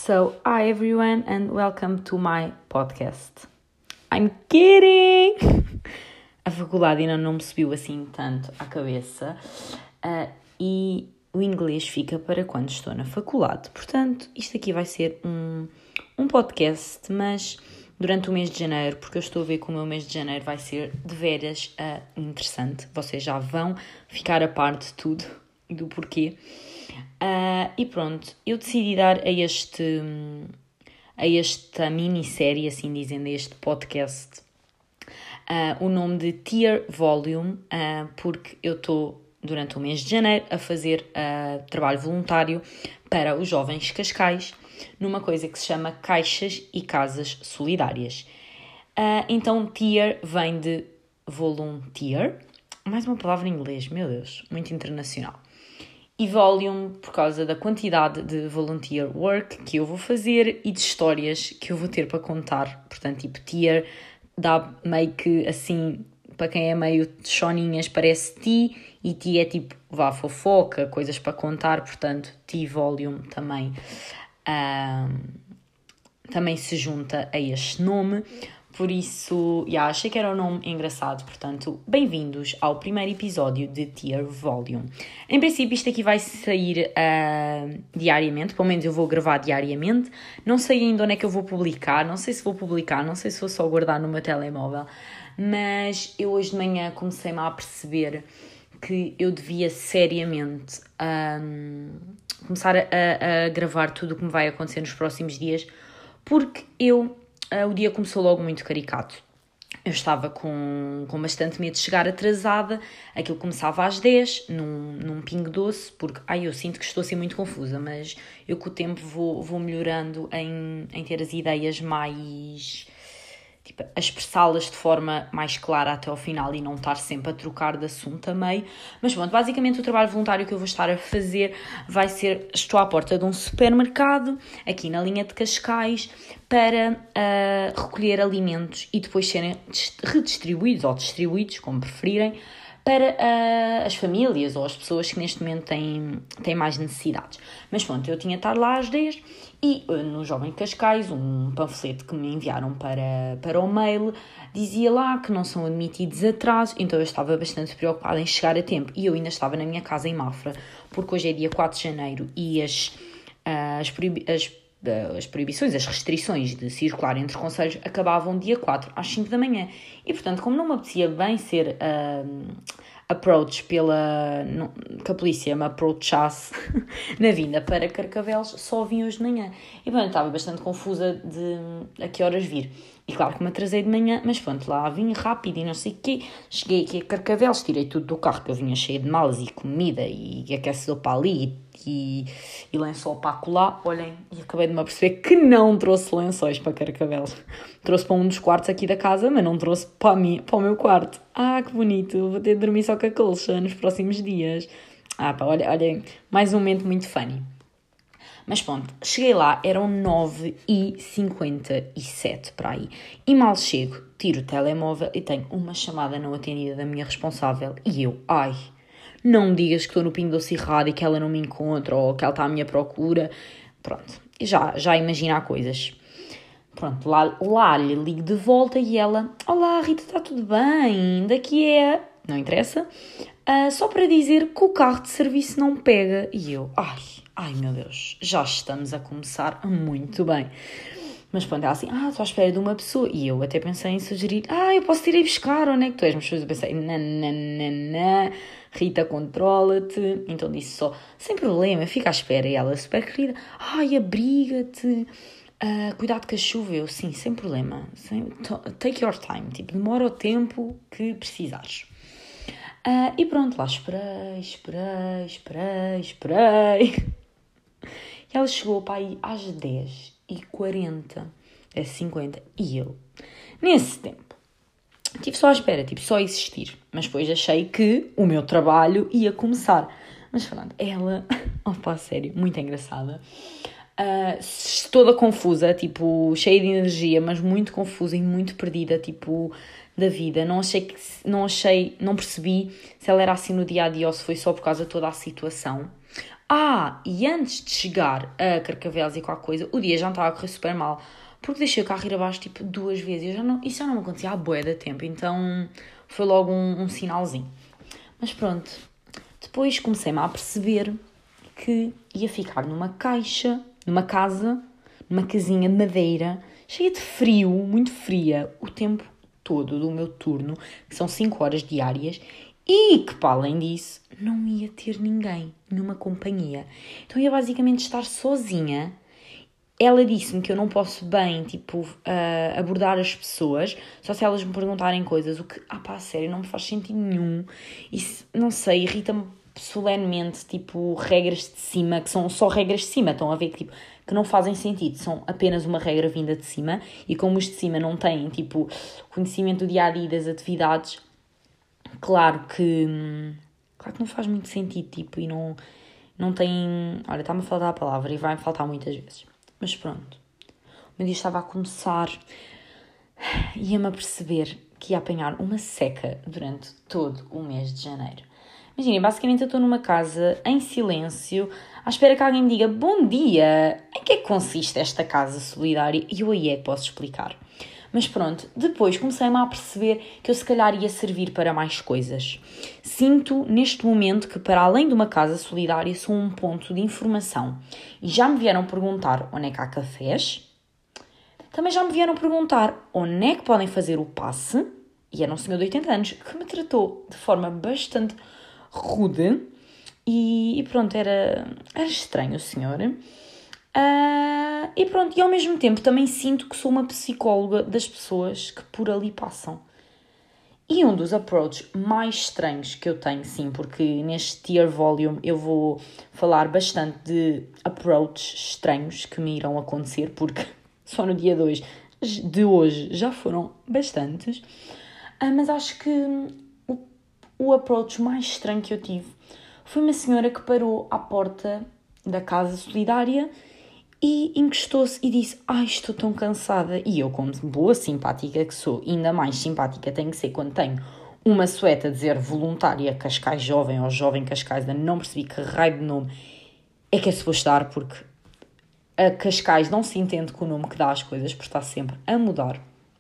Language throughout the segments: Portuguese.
So, hi everyone and welcome to my podcast. I'm kidding! A faculdade ainda não me subiu assim tanto à cabeça e o inglês fica para quando estou na faculdade. Portanto, isto aqui vai ser um podcast, mas durante o mês de janeiro, porque eu estou a ver que o meu mês de janeiro vai ser de veras interessante. Vocês já vão ficar a par de tudo e do porquê. E pronto, eu decidi dar a esta minissérie, assim dizendo, a este podcast, o nome de Tier Volume, porque eu estou, durante o mês de janeiro, a fazer trabalho voluntário para os jovens Cascais, numa coisa que se chama Caixas e Casas Solidárias. Então, Tier vem de volunteer, mais uma palavra em inglês, meu Deus, muito internacional. E volume por causa da quantidade de volunteer work que eu vou fazer e de histórias que eu vou ter para contar. Portanto, tipo, tier dá meio que assim, para quem é meio de choninhas, parece tea, e tea é tipo, fofoca, coisas para contar. Portanto, tea volume também se junta a este nome. Por isso, achei que era um nome engraçado. Portanto, bem-vindos ao primeiro episódio de Tier Volume. Em princípio, isto aqui vai sair diariamente, pelo menos eu vou gravar diariamente. Não sei ainda onde é que eu vou publicar, não sei se vou publicar, não sei se vou só guardar no meu telemóvel. Mas eu hoje de manhã comecei-me a perceber que eu devia seriamente começar a gravar tudo o que me vai acontecer nos próximos dias, porque o dia começou logo muito caricato. Eu estava com bastante medo de chegar atrasada. Aquilo começava às 10, num Pingo Doce, porque eu sinto que estou a ser muito confusa, mas eu com o tempo vou melhorando em ter as ideias mais... tipo, a expressá-las de forma mais clara até ao final e não estar sempre a trocar de assunto a meio. Mas pronto, basicamente o trabalho voluntário que eu vou estar a fazer vai ser... Estou à porta de um supermercado, aqui na linha de Cascais, para recolher alimentos e depois serem redistribuídos ou distribuídos, como preferirem, para as famílias ou as pessoas que neste momento têm mais necessidades. Mas pronto, eu tinha de estar lá às 10 e no Jovem Cascais, um panfleto que me enviaram para o mail, dizia lá que não são admitidos atrasos, então eu estava bastante preocupada em chegar a tempo e eu ainda estava na minha casa em Mafra, porque hoje é dia 4 de janeiro e as proibições, as restrições de circular entre concelhos acabavam dia 4 às 5 da manhã. E, portanto, como não me apetecia bem ser approach que a polícia me approachasse na vinda para Carcavelos, só vim hoje de manhã. E, pronto, estava bastante confusa de a que horas vir. E claro que me atrasei de manhã, mas pronto, lá vim rápido e não sei o quê. Cheguei aqui a Carcavelos, tirei tudo do carro, que eu vinha cheia de malas e comida e aquecedor para ali e lençol para acolá. Olhem, e acabei de me aperceber que não trouxe lençóis para Carcavelos. Trouxe para um dos quartos aqui da casa, mas não trouxe para o meu quarto. Que bonito, vou ter de dormir só com a colcha nos próximos dias. Olhem, mais um momento muito funny. Mas pronto, cheguei lá, eram 9h57 para aí. E mal chego, tiro o telemóvel e tenho uma chamada não atendida da minha responsável. E eu, não me digas que estou no Pingo Doce errado e que ela não me encontra ou que ela está à minha procura. Pronto, já imagina coisas. Pronto, lá lhe ligo de volta e ela... Olá, Rita, está tudo bem? Daqui é... Não interessa. Só para dizer que o carro de serviço não pega. E eu... Ai, meu Deus, já estamos a começar muito bem. Mas pronto, ela assim, estou à espera de uma pessoa. E eu até pensei em sugerir, eu posso ir aí buscar, onde é que tu és? Mas depois eu pensei, não, Rita, controla-te. Então disse só, sem problema, fica à espera. E ela, super querida, abriga-te, cuidado com a chuva. Eu, sim, sem problema, take your time, tipo, demora o tempo que precisares. E pronto, lá esperei. E ela chegou para aí às 10h40, 10h50, e eu, nesse tempo, estive só à espera, só a existir. Mas depois achei que o meu trabalho ia começar. Mas pronto, ela, sério, muito engraçada. Toda confusa, cheia de energia, mas muito confusa e muito perdida, da vida. Não percebi se ela era assim no dia-a-dia ou se foi só por causa de toda a situação. E antes de chegar a Carcavelos e qualquer coisa, o dia já estava a correr super mal, porque deixei o carro ir abaixo, tipo, 2 vezes. Isso já não me acontecia há bué de tempo, então foi logo um sinalzinho. Mas pronto, depois comecei-me a perceber que ia ficar numa casa, numa casinha de madeira, cheia de frio, muito fria, o tempo todo do meu turno, que são 5 horas diárias, e que, para além disso, não ia ter ninguém, nenhuma companhia. Então ia basicamente estar sozinha. Ela disse-me que eu não posso bem, tipo, abordar as pessoas, só se elas me perguntarem coisas, o que, sério, não me faz sentido nenhum. Isso, não sei, irrita-me solenemente, tipo, regras de cima, que são só regras de cima, estão a ver, tipo, que não fazem sentido, são apenas uma regra vinda de cima, e como os de cima não têm, tipo, conhecimento do dia-a-dia das atividades, claro que não faz muito sentido, tipo, e não tem... Olha, está-me a faltar a palavra e vai-me faltar muitas vezes. Mas pronto, o meu dia estava a começar, ia-me a perceber que ia apanhar uma seca durante todo o mês de janeiro. Imaginem, basicamente eu estou numa casa em silêncio, à espera que alguém me diga bom dia, em que é que consiste esta casa solidária? E eu aí é que posso explicar. Mas pronto, depois comecei-me a perceber que eu se calhar ia servir para mais coisas. Sinto neste momento que para além de uma casa solidária sou um ponto de informação. E já me vieram perguntar onde é que há cafés. Também já me vieram perguntar onde é que podem fazer o passe. E era um senhor de 80 anos que me tratou de forma bastante rude. E pronto, era estranho o senhor. E pronto, e ao mesmo tempo também sinto que sou uma psicóloga das pessoas que por ali passam. E um dos approaches mais estranhos que eu tenho, sim, porque neste Tier Volume eu vou falar bastante de approaches estranhos que me irão acontecer, porque só no dia 2 de hoje já foram bastantes. Mas acho que o approach mais estranho que eu tive foi uma senhora que parou à porta da casa solidária e encostou-se e disse, estou tão cansada. E eu, como boa simpática que sou, ainda mais simpática tenho que ser quando tenho uma suéte a dizer voluntária Cascais Jovem ou Jovem Cascais, ainda não percebi que raio de nome é que é suposto dar, porque a Cascais não se entende com o nome que dá às coisas, porque está sempre a mudar.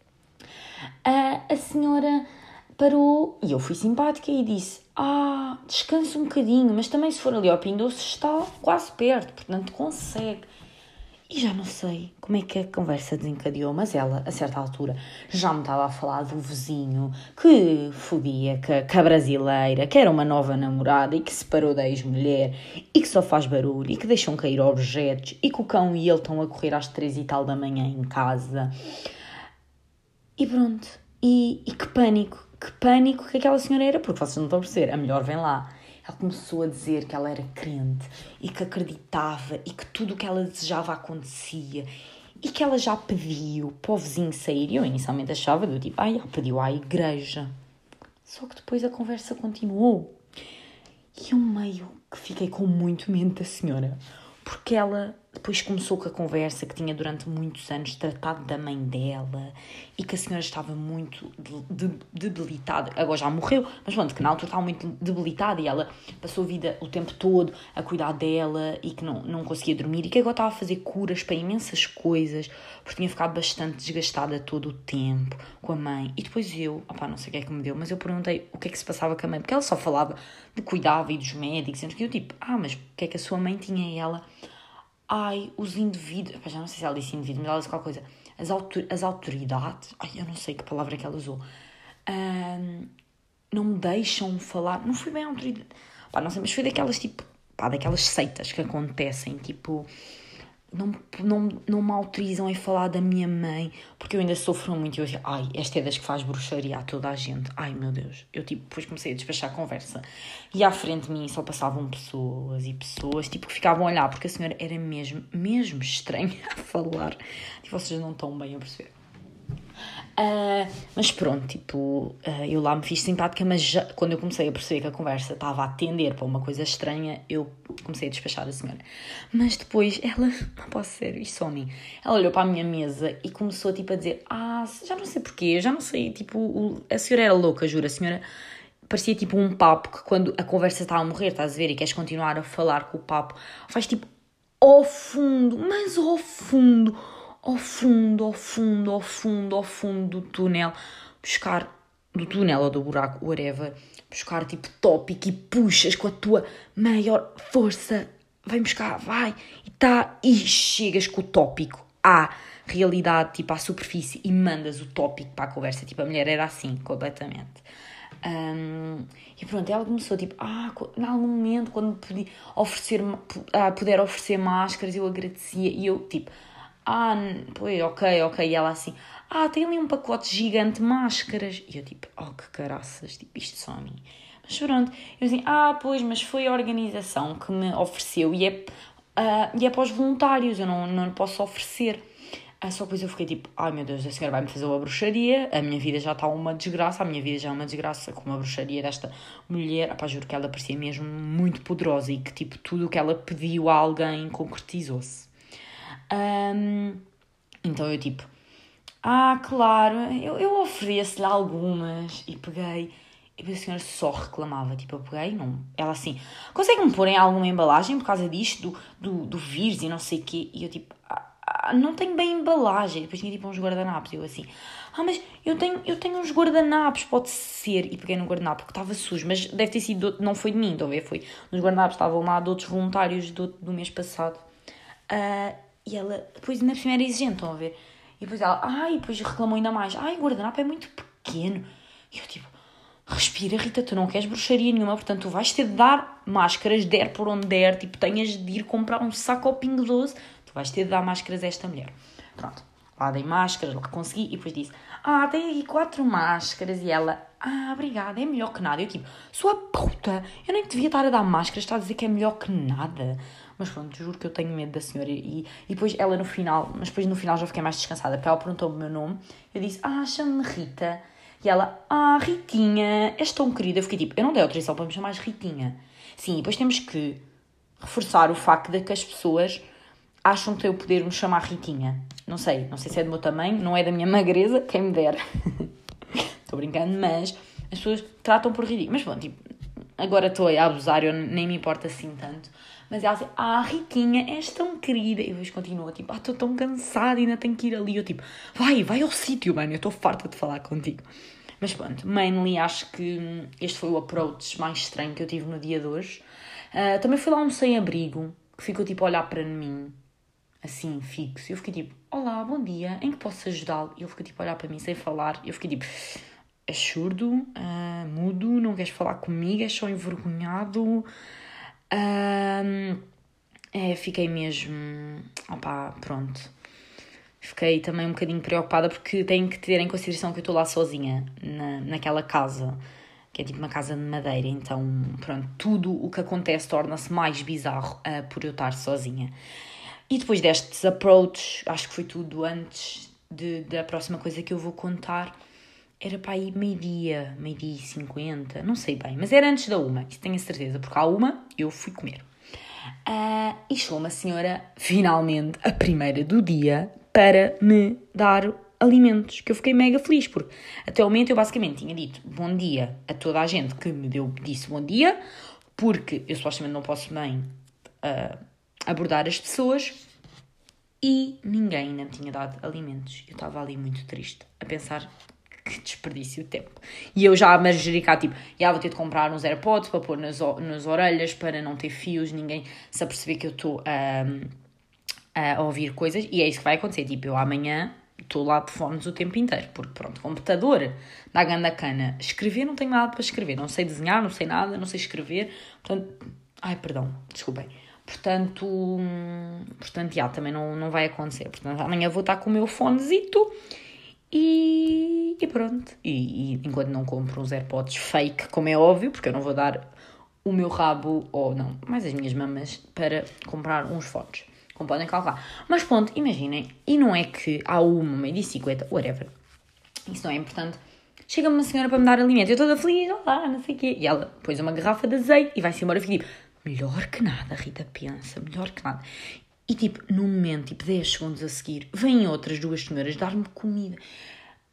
A senhora parou e eu fui simpática e disse, descansa um bocadinho, mas também se for ali ao Pingo Doce está quase perto, portanto consegue. E já não sei como é que a conversa desencadeou, mas ela, a certa altura, já me estava a falar do vizinho que fodia que a brasileira, que era uma nova namorada e que se separou da ex-mulher e que só faz barulho e que deixam cair objetos e que o cão e ele estão a correr às 3 e tal da manhã em casa. E pronto. E que pânico que aquela senhora era, porque vocês não estão a perceber, a melhor vem lá. Ela começou a dizer que ela era crente e que acreditava e que tudo o que ela desejava acontecia e que ela já pediu para o vizinho sair. E eu inicialmente achava, do tipo, ela pediu à igreja. Só que depois a conversa continuou. E eu meio que fiquei com muito medo da senhora. Porque ela depois começou com a conversa que tinha durante muitos anos tratado da mãe dela e que a senhora estava muito debilitada. Agora já morreu, mas pronto, que na altura estava muito debilitada e ela passou a vida o tempo todo a cuidar dela e que não conseguia dormir e que agora estava a fazer curas para imensas coisas porque tinha ficado bastante desgastada todo o tempo com a mãe. E depois eu, não sei o que é que me deu, mas eu perguntei o que é que se passava com a mãe, porque ela só falava de cuidava e dos médicos, e eu tipo, mas o que é que a sua mãe tinha? E ela, os indivíduos, já não sei se ela disse indivíduo, mas ela disse qualquer coisa, as autoridades, eu não sei que palavra é que ela usou, não me deixam falar, não foi bem autoridade, não sei, mas foi daquelas tipo, daquelas seitas que acontecem, tipo, não me autorizam a falar da minha mãe, porque eu ainda sofro muito. Eu disse, esta é das que faz bruxaria a toda a gente. Meu Deus. Eu, depois comecei a despachar a conversa. E à frente de mim só passavam pessoas e pessoas, que ficavam a olhar, porque a senhora era mesmo estranha a falar. E vocês não estão bem a perceber. Mas pronto, eu lá me fiz simpática, mas já, quando eu comecei a perceber que a conversa estava a tender para uma coisa estranha, eu comecei a despachar a senhora. Mas depois ela, não posso ser, isto só a mim, ela olhou para a minha mesa e começou a dizer, já não sei porquê, já não sei, a senhora era louca, juro, a senhora parecia tipo um papo que quando a conversa está a morrer, estás a ver, e queres continuar a falar com o papo, faz tipo ao fundo, mas ao fundo, ao fundo, ao fundo, ao fundo, ao fundo do túnel, buscar, do túnel ou do buraco, whatever, buscar tipo tópico e puxas com a tua maior força, vem buscar, vai, e chegas com o tópico à realidade, tipo à superfície, e mandas o tópico para a conversa, tipo a mulher era assim, completamente. E pronto, ela começou tipo, em algum momento quando puder oferecer máscaras eu agradecia, e eu tipo, pois, ok, e ela assim, tem ali um pacote gigante de máscaras, e eu tipo, que caraças, tipo, isto só a mim. Mas pronto, eu assim, pois, mas foi a organização que me ofereceu e é para os voluntários, eu não lhe posso oferecer. Só que depois eu fiquei tipo, meu Deus, a senhora vai-me fazer uma bruxaria, a minha vida já está uma desgraça, com uma bruxaria desta mulher. Juro que ela parecia mesmo muito poderosa e que tipo, tudo o que ela pediu a alguém concretizou-se. Então eu tipo, claro, eu ofereço-lhe algumas e peguei. E depois a senhora só reclamava, tipo, eu peguei, não. Ela assim, consegue-me pôr em alguma embalagem por causa disto, do vírus e não sei o quê? E eu tipo, não tenho bem embalagem. Depois tinha tipo uns guardanapos. E eu assim, mas eu tenho uns guardanapos, pode ser. E peguei no guardanapo porque estava sujo, mas deve ter sido, não foi de mim, estão a ver? Foi nos guardanapos, estavam lá de outros voluntários do mês passado. E ela, depois ainda por cima era exigente, estão a ver? E depois ela, e depois reclamou ainda mais, o guardanapo é muito pequeno. E eu tipo, respira, Rita, tu não queres bruxaria nenhuma, portanto tu vais ter de dar máscaras, der por onde der, tipo, tenhas de ir comprar um saco ao Pingo Doce, tu vais ter de dar máscaras a esta mulher. Pronto, lá dei máscaras, lá consegui, e depois disse, tem aqui 4 máscaras, e ela, obrigada, é melhor que nada. Eu tipo, sua puta, eu nem te devia estar a dar máscaras, está a dizer que é melhor que nada. Mas pronto, juro que eu tenho medo da senhora, e depois ela no final, mas depois no final já fiquei mais descansada, porque ela perguntou-me o meu nome, eu disse, chama-me Rita. E ela, Ritinha, és tão querida. Eu fiquei tipo, eu não dei autorização para me chamar Ritinha. Sim, e depois temos que reforçar o facto de que as pessoas acham que eu poder me chamar Ritinha. Não sei se é do meu tamanho, não é da minha magreza, quem me dera. Estou brincando, mas as pessoas tratam por ridículo. Mas bom, tipo, agora estou a abusar, eu nem me importo assim tanto. Mas ela assim, Ritinha, és tão querida. E depois continua, tipo, estou tão cansada, ainda tenho que ir ali. Eu tipo, vai ao sítio, mano, eu estou farta de falar contigo. Mas pronto, mainly acho que este foi o approach mais estranho que eu tive no dia de hoje. Também fui lá um sem-abrigo, que ficou tipo a olhar para mim, assim, fixo. E eu fiquei tipo, olá, bom dia, em que posso ajudá-lo? E ele ficou tipo a olhar para mim sem falar. E eu fiquei tipo, és surdo, mudo, não queres falar comigo, és só envergonhado. Fiquei mesmo, pronto. Fiquei também um bocadinho preocupada porque tenho que ter em consideração que eu estou lá sozinha, naquela casa, que é tipo uma casa de madeira, então, pronto, tudo o que acontece torna-se mais bizarro por eu estar sozinha. E depois destes approaches, acho que foi tudo antes da próxima coisa que eu vou contar, era para aí meio-dia e 50, não sei bem, mas era antes da 1, isso tenho a certeza, porque à 1 eu fui comer. E chegou uma senhora, finalmente, a primeira do dia, para me dar alimentos, que eu fiquei mega feliz, porque até o momento eu basicamente tinha dito bom dia a toda a gente que me disse bom dia, porque eu supostamente não posso bem abordar as pessoas, e ninguém ainda me tinha dado alimentos. Eu estava ali muito triste, a pensar que desperdício de tempo. E eu já a manjericar, tipo, vou ter de comprar uns AirPods para pôr nas orelhas, para não ter fios, ninguém se aperceber que eu estou a ouvir coisas, e é isso que vai acontecer. Tipo, eu amanhã estou lá de fones o tempo inteiro, porque pronto, computador, dá ganda cana. Escrever não tenho nada para escrever, não sei desenhar, não sei nada, não sei escrever, portanto, desculpem. Portanto, também não vai acontecer. Portanto, amanhã vou estar com o meu fonezito e pronto. E enquanto não compro uns AirPods fake, como é óbvio, porque eu não vou dar o meu rabo, ou não, mais as minhas mamas, para comprar uns fones. Como podem calcular. Mas pronto, imaginem, e não é que há 1h50, whatever, isso não é importante. Chega-me uma senhora para me dar alimento, eu toda feliz, não sei o quê, e ela pôs uma garrafa de azeite e vai-se embora. Eu fico tipo, melhor que nada, Rita pensa, melhor que nada. E tipo, num momento, 10 segundos a seguir, vêm outras 2 senhoras dar-me comida.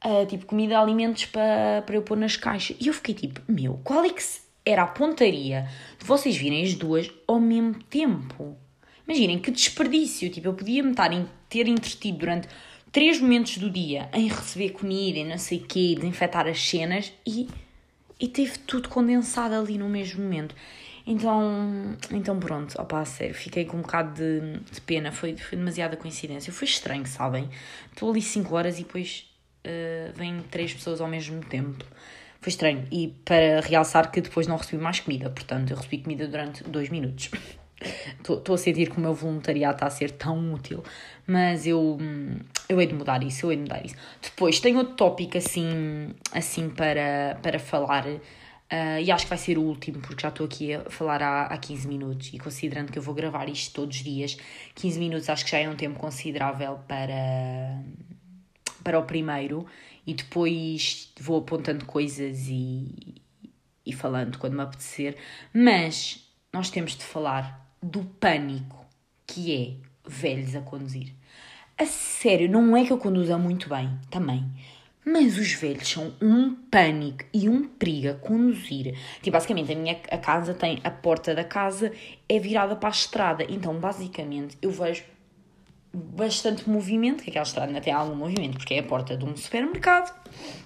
tipo comida, alimentos para eu pôr nas caixas. E eu fiquei tipo, qual é que era a pontaria de vocês virem as duas ao mesmo tempo? Imaginem que desperdício, tipo, eu podia-me ter entretido durante 3 momentos do dia em receber comida e não sei o quê, desinfetar as cenas e teve tudo condensado ali no mesmo momento. Então pronto, opá, sério, fiquei com um bocado de pena, foi demasiada coincidência, foi estranho, sabem? Estou ali 5 horas e depois vêm 3 pessoas ao mesmo tempo. Foi estranho, e para realçar que depois não recebi mais comida, portanto eu recebi comida durante 2 minutos. Estou a sentir que o meu voluntariado está a ser tão útil, mas eu hei de mudar isso, Depois tenho outro tópico assim para falar, e acho que vai ser o último, porque já estou aqui a falar há 15 minutos, e considerando que eu vou gravar isto todos os dias, 15 minutos acho que já é um tempo considerável para o primeiro, e depois vou apontando coisas e falando quando me apetecer, mas nós temos de falar do pânico que é velhos a conduzir. A sério, não é que eu conduza muito bem, também, mas os velhos são um pânico e um perigo a conduzir. Tipo, basicamente, a casa tem, a porta da casa é virada para a estrada, então basicamente eu vejo bastante movimento, que aquela estrada ainda tem algum movimento, porque é a porta de um supermercado.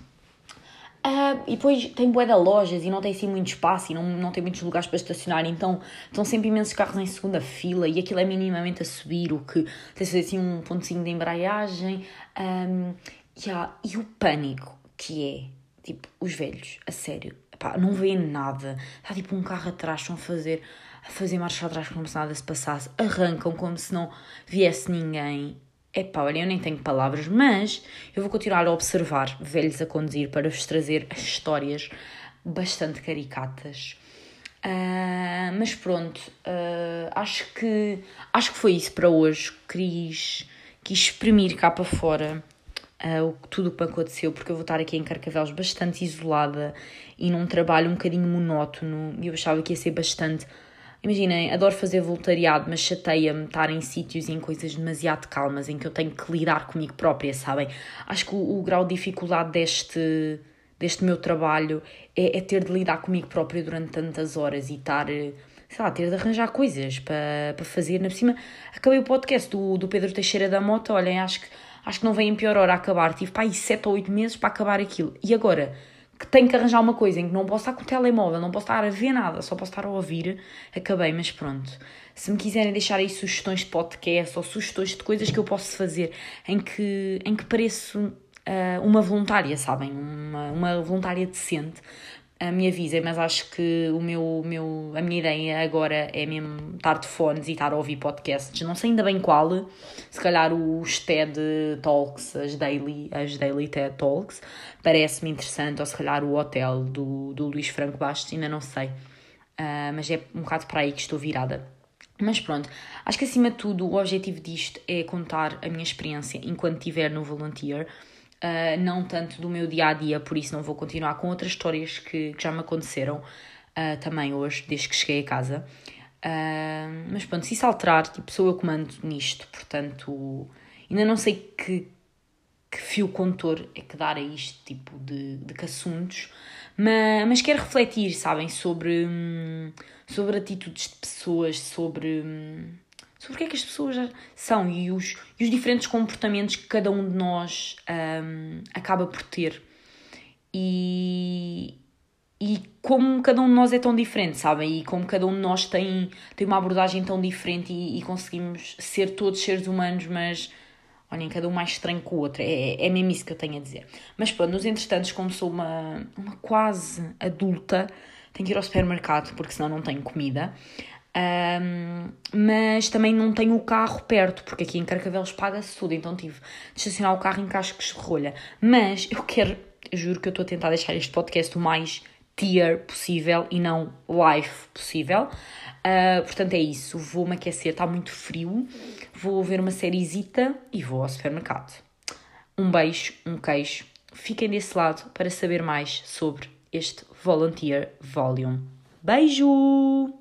E depois tem bué de lojas e não tem assim muito espaço e não tem muitos lugares para estacionar, então estão sempre imensos carros em segunda fila e aquilo é minimamente a subir, o que tem de fazer assim um pontozinho de embreagem. E o pânico que é, tipo, os velhos, a sério, não veem nada, está tipo um carro atrás, estão a fazer marcha atrás como se nada se passasse, arrancam como se não viesse ninguém. Olha, eu nem tenho palavras, mas eu vou continuar a observar velhos a conduzir para vos trazer histórias bastante caricatas. Mas pronto, acho que foi isso para hoje. Quis exprimir cá para fora tudo o que me aconteceu, porque eu vou estar aqui em Carcavelos bastante isolada e num trabalho um bocadinho monótono, e eu achava que ia ser bastante... Imaginem, adoro fazer voluntariado, mas chateia-me estar em sítios e em coisas demasiado calmas, em que eu tenho que lidar comigo própria, sabem? Acho que o grau de dificuldade deste meu trabalho é ter de lidar comigo própria durante tantas horas e estar, ter de arranjar coisas para fazer. Na por cima, acabei o podcast do Pedro Teixeira da Mota, olhem, acho que não vem em pior hora a acabar. Tive 7 ou 8 meses para acabar aquilo. E agora... que tenho que arranjar uma coisa em que não posso estar com o telemóvel, não posso estar a ver nada, só posso estar a ouvir, acabei, mas pronto. Se me quiserem deixar aí sugestões de podcast ou sugestões de coisas que eu posso fazer em que pareço uma voluntária, sabem? Uma voluntária decente, me avisem, mas acho que a minha ideia agora é mesmo estar de fones e estar a ouvir podcasts. Não sei ainda bem qual, se calhar os TED Talks, as Daily TED Talks, parece-me interessante, ou se calhar o Hotel do Luís Franco Bastos, ainda não sei. Mas é um bocado para aí que estou virada. Mas pronto, acho que acima de tudo o objetivo disto é contar a minha experiência enquanto estiver no Volunteer, não tanto do meu dia-a-dia, por isso não vou continuar com outras histórias que já me aconteceram também hoje, desde que cheguei a casa. Mas pronto, se isso alterar, tipo, sou eu que mando nisto, portanto, ainda não sei que fio condutor é que dar a isto tipo de assuntos, mas quero refletir, sabem, sobre atitudes de pessoas, sobre o que é que as pessoas são e os diferentes comportamentos que cada um de nós acaba por ter. E como cada um de nós é tão diferente, sabem? E como cada um de nós tem uma abordagem tão diferente e conseguimos ser todos seres humanos, mas, olhem, cada um mais estranho que o outro. É mesmo isso que eu tenho a dizer. Mas pronto, nos entretantos, como sou uma quase adulta, tenho que ir ao supermercado, porque senão não tenho comida. Mas também não tenho o carro perto, porque aqui em Carcavelos paga-se tudo, então tive de estacionar o carro em Cascos de Rolha. Mas eu juro que eu estou a tentar deixar este podcast o mais tier possível e não live possível. Portanto é isso, vou-me aquecer, está muito frio, vou ver uma sériezita e vou ao supermercado. Um beijo, um queijo, fiquem desse lado para saber mais sobre este Volunteer Volume. Beijo!